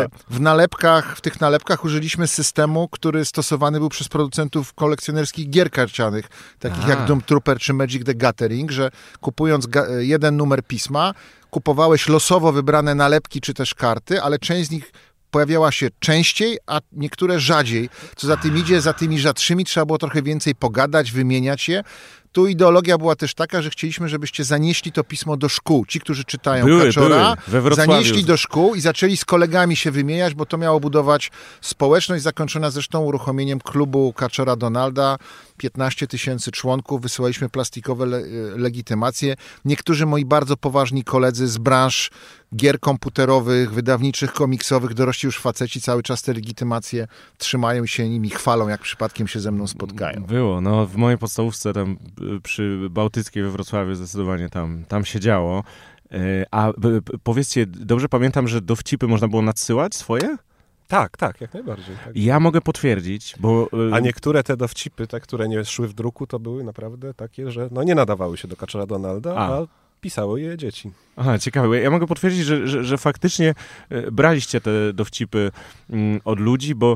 W tych nalepkach użyliśmy systemu, który stosowany był przez producentów kolekcjonerskich gier karcianych, takich jak Doom Trooper czy Magic the Gathering, że kupując jeden numer pisma, kupowałeś losowo wybrane nalepki czy też karty, ale część z nich pojawiała się częściej, a niektóre rzadziej. Co za tym idzie, za tymi rzadszymi trzeba było trochę więcej pogadać, wymieniać je. Tu ideologia była też taka, że chcieliśmy, żebyście zanieśli to pismo do szkół. Ci, którzy czytają Kaczora, zanieśli do szkół i zaczęli z kolegami się wymieniać, bo to miało budować społeczność, zakończona zresztą uruchomieniem klubu Kaczora Donalda. 15 000 członków, wysyłaliśmy plastikowe legitymacje. Niektórzy moi bardzo poważni koledzy z branż gier komputerowych, wydawniczych, komiksowych, dorośli już faceci cały czas te legitymacje trzymają i się nimi chwalą, jak przypadkiem się ze mną spotkają. Było, no w mojej podstawówce tam przy Bałtyckiej we Wrocławiu zdecydowanie tam się działo. A powiedzcie, dobrze pamiętam, że dowcipy można było nadsyłać swoje? Tak, jak najbardziej. Tak. Ja mogę potwierdzić, bo... A niektóre te dowcipy, te, które nie szły w druku, to były naprawdę takie, że nie nadawały się do Kaczora Donalda, a pisały je dzieci. Aha, ciekawe. Ja mogę potwierdzić, że faktycznie braliście te dowcipy od ludzi, bo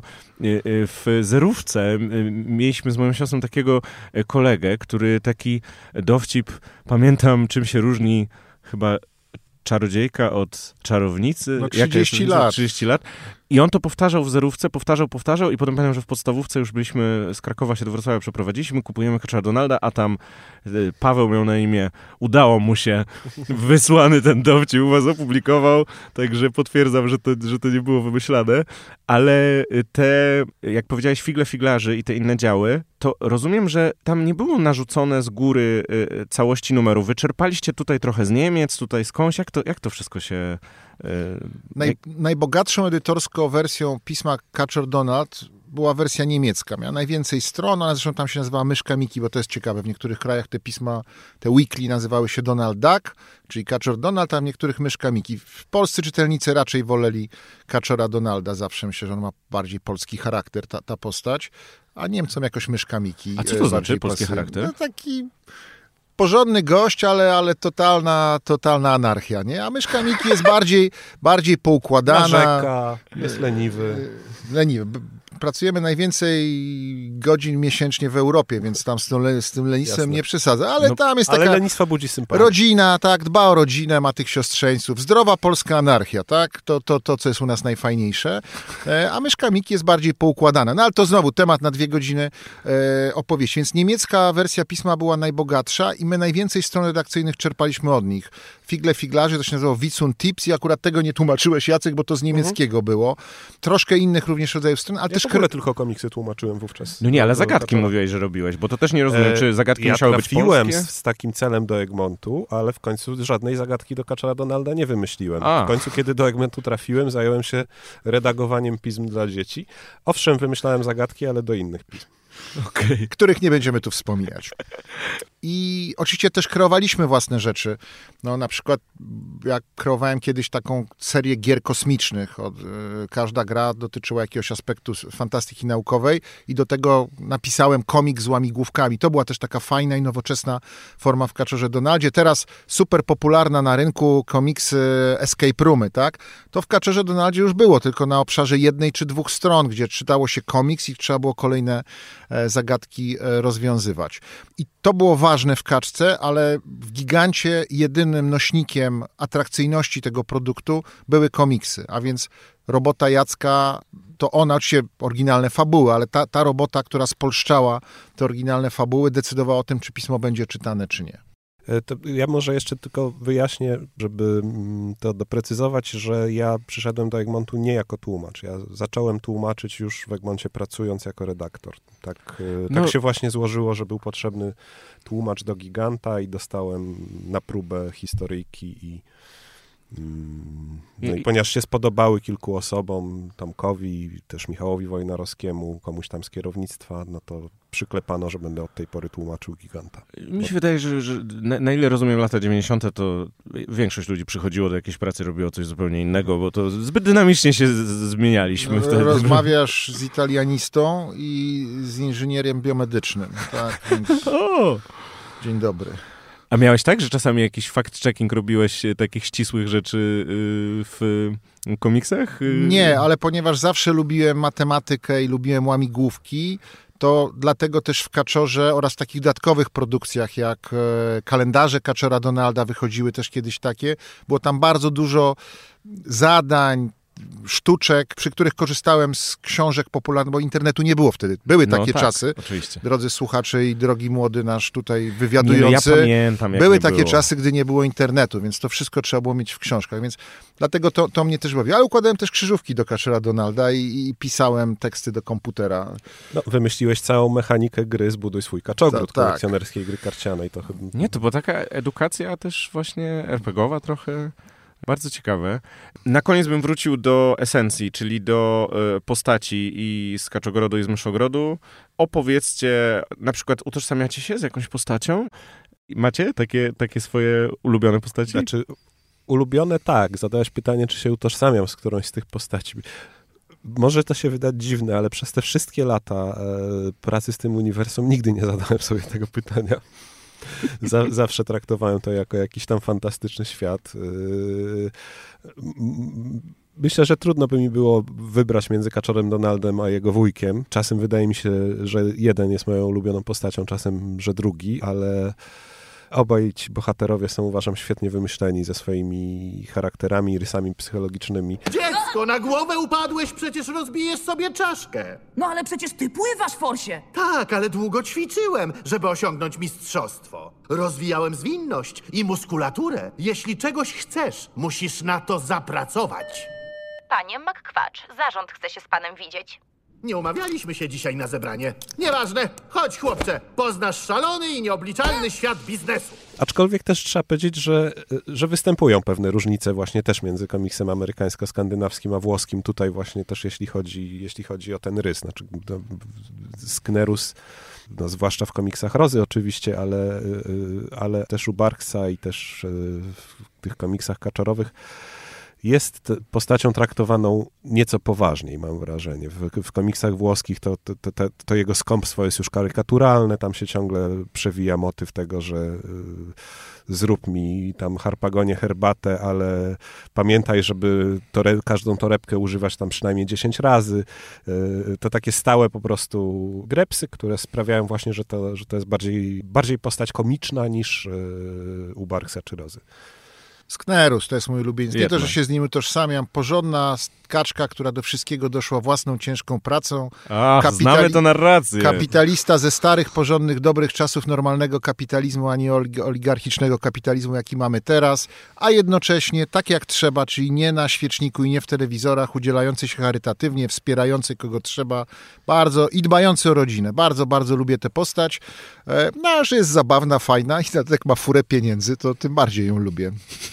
w zerówce mieliśmy z moją siostrą takiego kolegę, który taki dowcip, pamiętam, czym się różni chyba czarodziejka od czarownicy. 30 lat. 30 lat. I on to powtarzał w zerówce, powtarzał i potem pamiętam, że w podstawówce już byliśmy, z Krakowa się do Wrocławia przeprowadziliśmy, kupujemy Kaczora Donalda, a tam Paweł miał na imię, udało mu się, wysłany ten dowcip, u was opublikował, także potwierdzam, że to nie było wymyślane, ale te, jak powiedziałeś, figle figlarzy i te inne działy, to rozumiem, że tam nie było narzucone z góry całości numeru. Wyczerpaliście tutaj trochę z Niemiec, tutaj skądś, jak to wszystko się... Najbogatszą edytorską wersją pisma Kaczor Donald była wersja niemiecka. Miała najwięcej stron, ale zresztą tam się nazywała Myszka Miki, bo to jest ciekawe. W niektórych krajach te pisma, te weekly nazywały się Donald Duck, czyli Kaczor Donald, a w niektórych Myszka Miki. W Polsce czytelnicy raczej woleli Kaczora Donalda. Zawsze myślę, że on ma bardziej polski charakter, ta postać, a Niemcom jakoś Myszka Miki. A co to znaczy polski charakter? No, taki... porządny gość, ale totalna anarchia, nie? A Myszka Miki jest bardziej poukładana. Narzeka, jest leniwy. Pracujemy najwięcej godzin miesięcznie w Europie, więc tam z tym lenistwem nie przesadza, ale tam jest taka... Ale lenistwa budzi sympatię. Rodzina, tak, dba o rodzinę, ma tych siostrzeńców. Zdrowa polska anarchia, tak? To co jest u nas najfajniejsze. A Myszka Miki jest bardziej poukładana. No ale to znowu temat na 2 godziny opowieści. Więc niemiecka wersja pisma była najbogatsza i my najwięcej stron redakcyjnych czerpaliśmy od nich. Figle figlarzy, to się nazywało Witzun Tips i akurat tego nie tłumaczyłeś, Jacek, bo to z niemieckiego było. Troszkę innych również rodzajów stron, ale też w ogóle tylko komiksy tłumaczyłem wówczas. No nie, ale zagadki mówiłeś, że robiłeś, bo to też nie rozumiem, czy zagadki musiały być polskie? Ja trafiłem z takim celem do Egmontu, ale w końcu żadnej zagadki do Kaczora Donalda nie wymyśliłem. W końcu, kiedy do Egmontu trafiłem, zająłem się redagowaniem pism dla dzieci. Owszem, wymyślałem zagadki, ale do innych pism. Okay. Których nie będziemy tu wspominać. I oczywiście też kreowaliśmy własne rzeczy. No na przykład jak kreowałem kiedyś taką serię gier kosmicznych. Każda gra dotyczyła jakiegoś aspektu fantastyki naukowej i do tego napisałem komiks z łamigłówkami. To była też taka fajna i nowoczesna forma w Kaczorze Donaldzie. Teraz super popularna na rynku komiksy Escape Roomy, tak? To w Kaczorze Donaldzie już było, tylko na obszarze 1 czy 2 stron, gdzie czytało się komiks i trzeba było kolejne zagadki rozwiązywać. I to było ważne w Kaczce, ale w Gigancie jedynym nośnikiem atrakcyjności tego produktu były komiksy, a więc robota Jacka, to ona, oczywiście oryginalne fabuły, ale ta robota, która spolszczała te oryginalne fabuły, decydowała o tym, czy pismo będzie czytane, czy nie. To ja może jeszcze tylko wyjaśnię, żeby to doprecyzować, że ja przyszedłem do Egmontu nie jako tłumacz. Ja zacząłem tłumaczyć już w Egmoncie pracując jako redaktor. Tak się właśnie złożyło, że był potrzebny tłumacz do Giganta i dostałem na próbę historyjki i ponieważ się spodobały kilku osobom, Tomkowi, też Michałowi Wojnarowskiemu, komuś tam z kierownictwa, no to przyklepano, że będę od tej pory tłumaczył Giganta. Mi się wydaje, że na ile rozumiem lata 90., to większość ludzi przychodziło do jakiejś pracy, robiło coś zupełnie innego, bo to zbyt dynamicznie się zmienialiśmy wtedy. Rozmawiasz z italianistą i z inżynierem biomedycznym. Tak, więc... Dzień dobry. A miałeś tak, że czasami jakiś fact-checking robiłeś takich ścisłych rzeczy w komiksach? Nie, ale ponieważ zawsze lubiłem matematykę i lubiłem łamigłówki, to dlatego też w Kaczorze oraz w takich dodatkowych produkcjach, jak kalendarze Kaczora Donalda wychodziły też kiedyś takie, było tam bardzo dużo zadań, sztuczek, przy których korzystałem z książek popularnych, bo internetu nie było wtedy. Były takie czasy, oczywiście. Drodzy słuchacze i drogi młody nasz tutaj wywiadujący. Ja pamiętam, jak były takie czasy, gdy nie było internetu, więc to wszystko trzeba było mieć w książkach, więc dlatego to mnie też bawi. Ale układałem też krzyżówki do Kaczora Donalda i pisałem teksty do komputera. No, wymyśliłeś całą mechanikę gry Zbuduj swój kaczogród, kolekcjonerskiej gry karcianej. To chyba... Nie, to była taka edukacja też właśnie RPG-owa trochę. Bardzo ciekawe. Na koniec bym wrócił do esencji, czyli do postaci i z Kaczogrodu i z Myszogrodu. Opowiedzcie, na przykład utożsamiacie się z jakąś postacią? Macie takie swoje ulubione postaci? Znaczy, ulubione tak. Zadałeś pytanie, czy się utożsamiam z którąś z tych postaci. Może to się wydać dziwne, ale przez te wszystkie lata pracy z tym uniwersum nigdy nie zadałem sobie tego pytania. Zawsze traktowałem to jako jakiś tam fantastyczny świat. Myślę, że trudno by mi było wybrać między Kaczorem Donaldem a jego wujkiem. Czasem wydaje mi się, że jeden jest moją ulubioną postacią, czasem, że drugi, ale obaj ci bohaterowie są, uważam, świetnie wymyśleni ze swoimi charakterami i rysami psychologicznymi. Dziecko, na głowę upadłeś, przecież rozbijesz sobie czaszkę. No ale przecież ty pływasz, Forsie. Tak, ale długo ćwiczyłem, żeby osiągnąć mistrzostwo. Rozwijałem zwinność i muskulaturę. Jeśli czegoś chcesz, musisz na to zapracować. Panie McQuatch, zarząd chce się z panem widzieć. Nie umawialiśmy się dzisiaj na zebranie. Nieważne. Chodź, chłopcze. Poznasz szalony i nieobliczalny świat biznesu. Aczkolwiek też trzeba powiedzieć, że występują pewne różnice właśnie też między komiksem amerykańsko-skandynawskim a włoskim. Tutaj właśnie też jeśli chodzi o ten rys. Znaczy Sknerus, no, zwłaszcza w komiksach Rozy oczywiście, ale też u Barksa i też w tych komiksach kaczorowych jest postacią traktowaną nieco poważniej, mam wrażenie. W komiksach włoskich to jego skąpstwo jest już karykaturalne, tam się ciągle przewija motyw tego, że zrób mi tam Harpagonie herbatę, ale pamiętaj, żeby każdą torebkę używać tam przynajmniej 10 razy. To takie stałe po prostu grepsy, które sprawiają właśnie, że to jest bardziej postać komiczna niż u Barksa czy Rozy. Sknerus, to jest mój ulubieniec. Nie to, Wiedźma. że się z nim utożsamiam. Porządna kaczka, która do wszystkiego doszła własną ciężką pracą. Znamy tę narrację. Kapitalista ze starych, porządnych, dobrych czasów normalnego kapitalizmu, a nie oligarchicznego kapitalizmu, jaki mamy teraz, a jednocześnie tak jak trzeba, czyli nie na świeczniku i nie w telewizorach, udzielający się charytatywnie, wspierający kogo trzeba, bardzo i dbający o rodzinę. Bardzo, bardzo lubię tę postać. No, a że jest zabawna, fajna i jak ma furę pieniędzy, to tym bardziej ją lubię.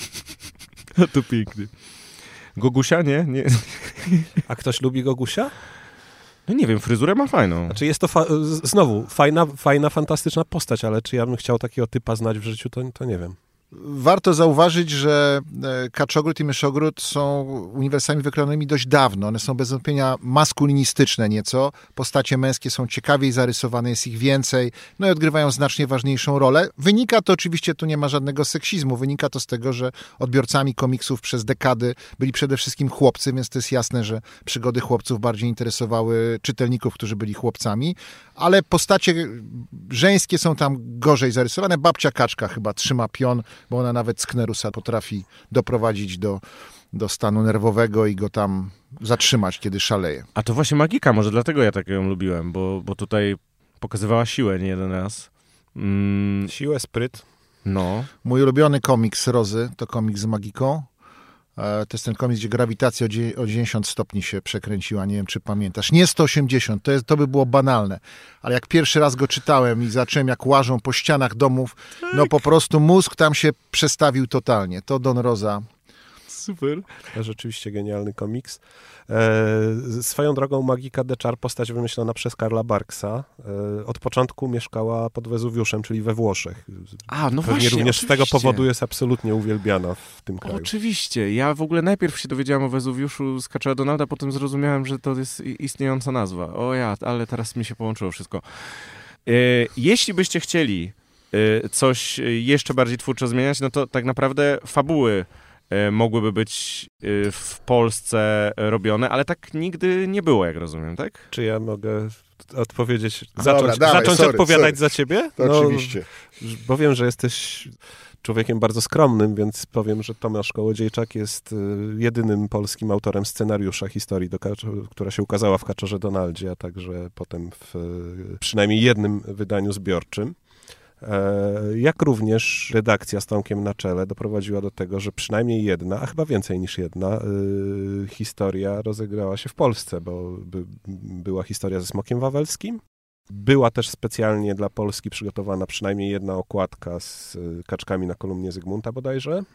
No to pięknie. Gogusia, nie? A ktoś lubi Gogusia? No nie wiem, fryzurę ma fajną. Znaczy jest to znowu fajna, fantastyczna postać, ale czy ja bym chciał takiego typa znać w życiu, to nie wiem. Warto zauważyć, że kaczogród i myszogród są uniwersami wykrojonymi dość dawno. One są bez wątpienia maskulinistyczne nieco. Postacie męskie są ciekawiej zarysowane, jest ich więcej, no i odgrywają znacznie ważniejszą rolę. Wynika to oczywiście, tu nie ma żadnego seksizmu, wynika to z tego, że odbiorcami komiksów przez dekady byli przede wszystkim chłopcy, więc to jest jasne, że przygody chłopców bardziej interesowały czytelników, którzy byli chłopcami, ale postacie żeńskie są tam gorzej zarysowane. Babcia Kaczka chyba trzyma pion, bo ona nawet Sknerusa potrafi doprowadzić do stanu nerwowego i go tam zatrzymać, kiedy szaleje. A to właśnie Magika, może dlatego ja tak ją lubiłem, bo tutaj pokazywała siłę nie jeden raz. Siłę, spryt. No. Mój ulubiony komiks Rozy to komiks z Magiką. To jest ten komiks, gdzie grawitacja o 90 stopni się przekręciła, nie wiem, czy pamiętasz. Nie 180, to by było banalne, ale jak pierwszy raz go czytałem i zacząłem, jak łażą po ścianach domów, no po prostu mózg tam się przestawił totalnie. To Don Rosa. Super. To rzeczywiście genialny komiks. Swoją drogą Magika de Czar, postać wymyślona przez Karla Barksa, od początku mieszkała pod Wezuwiuszem, czyli we Włoszech. A, no Pewnie właśnie, również oczywiście. z tego powodu jest absolutnie uwielbiana w tym kraju. Oczywiście. Ja w ogóle najpierw się dowiedziałem o Wezuwiuszu z Kaczora Donalda, potem zrozumiałem, że to jest istniejąca nazwa. O ja, ale teraz mi się połączyło wszystko. Jeśli byście chcieli coś jeszcze bardziej twórczo zmieniać, no to tak naprawdę fabuły mogłyby być w Polsce robione, ale tak nigdy nie było, jak rozumiem, tak? Czy ja mogę odpowiedzieć, Dobra, zacząć odpowiadać za ciebie? To oczywiście. Bo wiem, że jesteś człowiekiem bardzo skromnym, więc powiem, że Tomasz Kołodziejczak jest jedynym polskim autorem scenariusza historii, która się ukazała w Kaczorze Donaldzie, a także potem w przynajmniej jednym wydaniu zbiorczym. Jak również redakcja z Tomkiem na czele doprowadziła do tego, że przynajmniej jedna, a chyba więcej niż jedna historia rozegrała się w Polsce, bo była historia ze Smokiem Wawelskim. Była też specjalnie dla Polski przygotowana przynajmniej jedna okładka z kaczkami na kolumnie Zygmunta bodajże.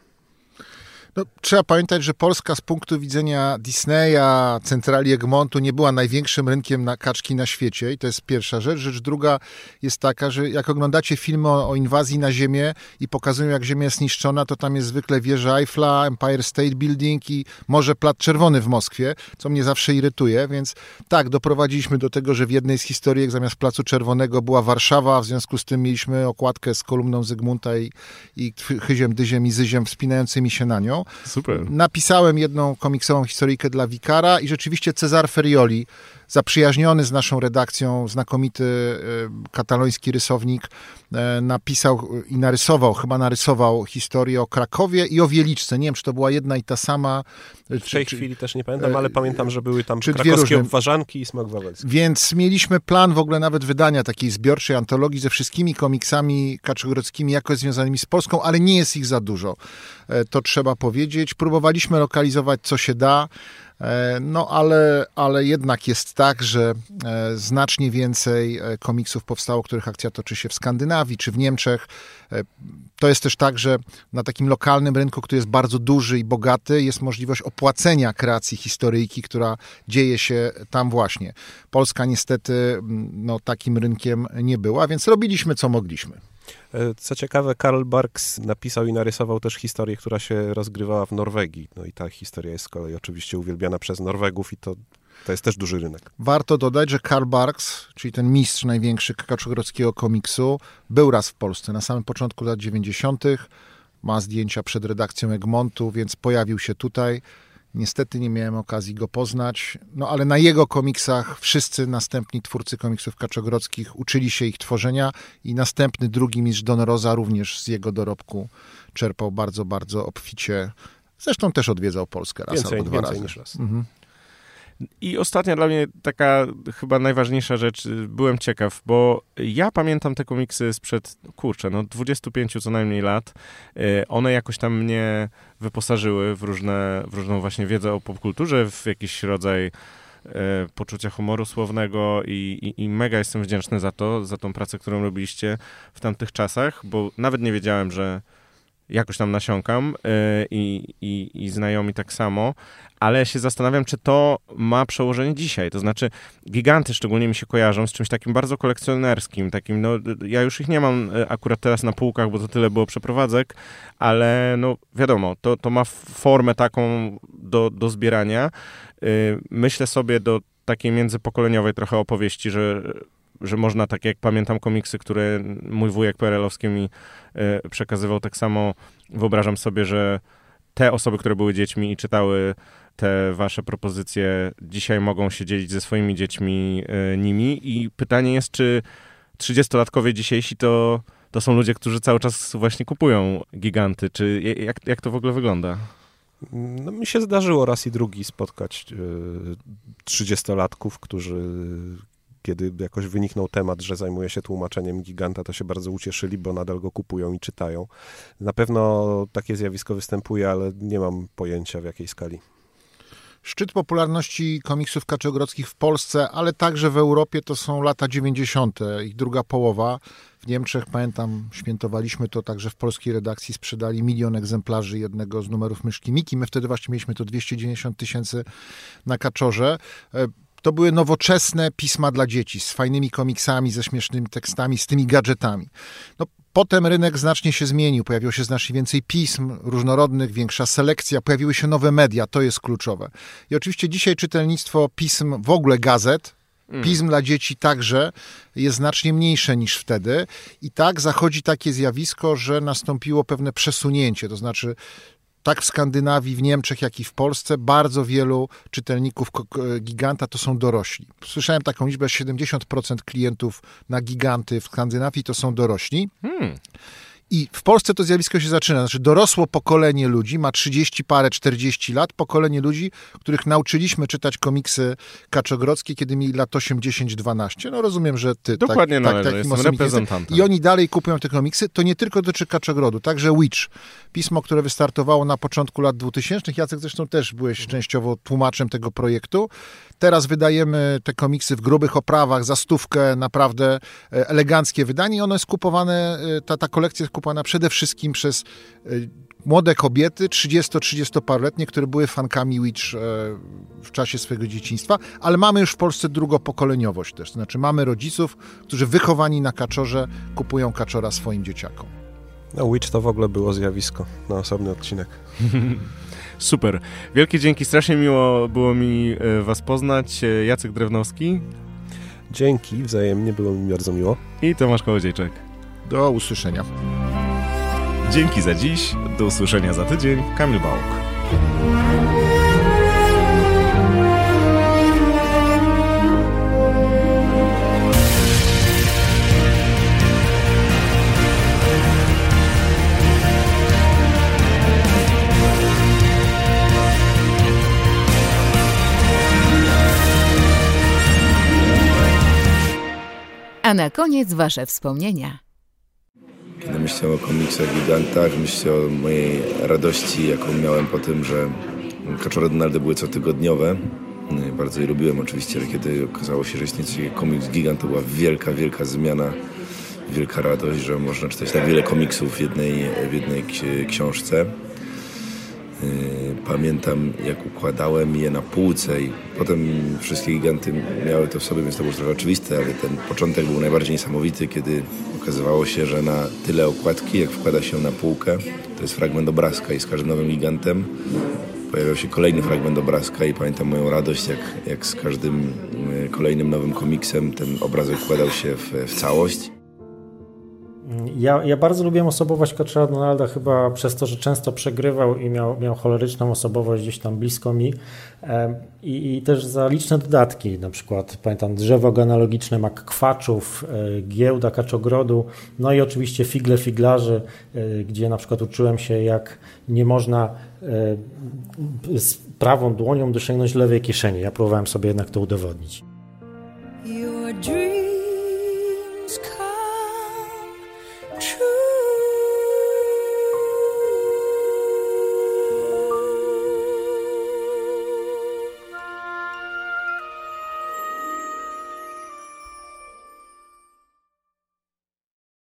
No, trzeba pamiętać, że Polska z punktu widzenia Disneya, centrali Egmontu nie była największym rynkiem na kaczki na świecie i to jest pierwsza rzecz. Rzecz druga jest taka, że jak oglądacie filmy o inwazji na Ziemię i pokazują, jak Ziemia jest niszczona, to tam jest zwykle wieża Eiffla, Empire State Building i może Plac Czerwony w Moskwie, co mnie zawsze irytuje, więc tak, doprowadziliśmy do tego, że w jednej z historyjek zamiast Placu Czerwonego była Warszawa, w związku z tym mieliśmy okładkę z kolumną Zygmunta i Chyziem, Dyziem i Zyziem wspinającymi się na nią. Super. Napisałem jedną komiksową historyjkę dla Wikara i rzeczywiście Cezar Ferioli, zaprzyjaźniony z naszą redakcją, znakomity kataloński rysownik, napisał i narysował historię o Krakowie i o Wieliczce. Nie wiem, czy to była jedna i ta sama. W tej chwili też nie pamiętam, ale pamiętam, że były tam czy krakowskie obwarzanki i Smok Wawelski. Więc mieliśmy plan w ogóle nawet wydania takiej zbiorczej antologii ze wszystkimi komiksami kaczogrodzkimi jakoś związanymi z Polską, ale nie jest ich za dużo. To trzeba powiedzieć. Próbowaliśmy lokalizować, co się da. No, ale jednak jest tak, że znacznie więcej komiksów powstało, których akcja toczy się w Skandynawii czy w Niemczech. To jest też tak, że na takim lokalnym rynku, który jest bardzo duży i bogaty, jest możliwość opłacenia kreacji historyjki, która dzieje się tam właśnie. Polska niestety takim rynkiem nie była, więc robiliśmy, co mogliśmy. Co ciekawe, Karl Barks napisał i narysował też historię, która się rozgrywała w Norwegii. No i ta historia jest z kolei oczywiście uwielbiana przez Norwegów i to jest też duży rynek. Warto dodać, że Karl Barks, czyli ten mistrz największy kaczogrodzkiego komiksu, był raz w Polsce na samym początku lat 90. Ma zdjęcia przed redakcją Egmontu, więc pojawił się tutaj. Niestety nie miałem okazji go poznać, ale na jego komiksach wszyscy następni twórcy komiksów kaczogrodzkich uczyli się ich tworzenia i następny, drugi mistrz Don Rosa również z jego dorobku czerpał bardzo, bardzo obficie. Zresztą też odwiedzał Polskę raz albo dwa razy. Niż raz. I ostatnia dla mnie taka chyba najważniejsza rzecz, byłem ciekaw, bo ja pamiętam te komiksy sprzed, 25 co najmniej lat. One jakoś tam mnie wyposażyły w różną właśnie wiedzę o popkulturze, w jakiś rodzaj poczucia humoru słownego i mega jestem wdzięczny za tą pracę, którą robiliście w tamtych czasach, bo nawet nie wiedziałem, że jakoś tam nasiąkam i znajomi tak samo, ale się zastanawiam, czy to ma przełożenie dzisiaj. To znaczy, giganty szczególnie mi się kojarzą z czymś takim bardzo kolekcjonerskim, takim, no ja już ich nie mam akurat teraz na półkach, bo to tyle było przeprowadzek, ale no wiadomo, to ma formę taką do zbierania. Myślę sobie do takiej międzypokoleniowej trochę opowieści, że można, tak jak pamiętam komiksy, które mój wujek PRL-owski mi przekazywał, tak samo wyobrażam sobie, że te osoby, które były dziećmi i czytały te wasze propozycje, dzisiaj mogą się dzielić ze swoimi dziećmi nimi. I pytanie jest, czy 30-latkowie dzisiejsi to są ludzie, którzy cały czas właśnie kupują giganty, czy jak to w ogóle wygląda? No, mi się zdarzyło raz i drugi spotkać 30-latków, którzy kiedy jakoś wyniknął temat, że zajmuje się tłumaczeniem giganta, to się bardzo ucieszyli, bo nadal go kupują i czytają. Na pewno takie zjawisko występuje, ale nie mam pojęcia w jakiej skali. Szczyt popularności komiksów kaczorodzkich w Polsce, ale także w Europie to są lata 90., ich druga połowa. W Niemczech, pamiętam, świętowaliśmy to także w polskiej redakcji, sprzedali 1 000 000 egzemplarzy jednego z numerów Myszki Miki. My wtedy właśnie mieliśmy to 290 000 na Kaczorze. To były nowoczesne pisma dla dzieci z fajnymi komiksami, ze śmiesznymi tekstami, z tymi gadżetami. No, potem rynek znacznie się zmienił, pojawiło się znacznie więcej pism różnorodnych, większa selekcja, pojawiły się nowe media, to jest kluczowe. I oczywiście dzisiaj czytelnictwo pism, w ogóle gazet, pism dla dzieci także jest znacznie mniejsze niż wtedy. I tak zachodzi takie zjawisko, że nastąpiło pewne przesunięcie, to znaczy tak w Skandynawii, w Niemczech, jak i w Polsce bardzo wielu czytelników giganta to są dorośli. Słyszałem taką liczbę, 70% klientów na giganty w Skandynawii to są dorośli. I w Polsce to zjawisko się zaczyna. Znaczy dorosło pokolenie ludzi, ma 30 parę, 40 lat, pokolenie ludzi, których nauczyliśmy czytać komiksy kaczogrodzkie, kiedy mieli lat 8, 10, 12. No rozumiem, że ty dokładnie jestem reprezentantem. I oni dalej kupują te komiksy. To nie tylko dotyczy Kaczogrodu, także Witch. Pismo, które wystartowało na początku lat 2000. Jacek, zresztą też byłeś częściowo tłumaczem tego projektu. Teraz wydajemy te komiksy w grubych oprawach, za 100, naprawdę eleganckie wydanie i ono jest kupowane, ta kolekcja jest kupowana przede wszystkim przez młode kobiety, 30-30-paroletnie, które były fankami Witch w czasie swojego dzieciństwa, ale mamy już w Polsce drugopokoleniowość też. To znaczy mamy rodziców, którzy wychowani na Kaczorze kupują Kaczora swoim dzieciakom. No Witch to w ogóle było zjawisko na osobny odcinek. Super. Wielkie dzięki. Strasznie miło było mi was poznać. Jacek Drewnowski. Dzięki, wzajemnie, było mi bardzo miło. I Tomasz Kołodziejczak. Do usłyszenia. Dzięki za dziś. Do usłyszenia za tydzień. Kamil Bałk. A na koniec wasze wspomnienia. Kiedy myślę o komiksach, gigantach, myślę o mojej radości, jaką miałem po tym, że Kaczory Donaldy były cotygodniowe. Bardzo je lubiłem oczywiście, ale kiedy okazało się, że istnieje komiks gigant, to była wielka, wielka zmiana, wielka radość, że można czytać tak wiele komiksów w jednej książce. Pamiętam, jak układałem je na półce i potem wszystkie giganty miały to w sobie, więc to było trochę oczywiste, ale ten początek był najbardziej niesamowity, kiedy okazywało się, że na tyle okładki, jak wkłada się na półkę, to jest fragment obrazka i z każdym nowym gigantem pojawiał się kolejny fragment obrazka i pamiętam moją radość, jak z każdym kolejnym nowym komiksem ten obrazek wkładał się w całość. Ja bardzo lubiłem osobowość Kaczora Donalda chyba przez to, że często przegrywał i miał choleryczną osobowość gdzieś tam blisko mi i też za liczne dodatki, na przykład pamiętam drzewo genealogiczne Makkwaczów, giełda Kaczogrodu, no i oczywiście figle figlarzy, gdzie na przykład uczyłem się, jak nie można z prawą dłonią dosięgnąć lewej kieszeni. Ja próbowałem sobie jednak to udowodnić. Your dreams come true.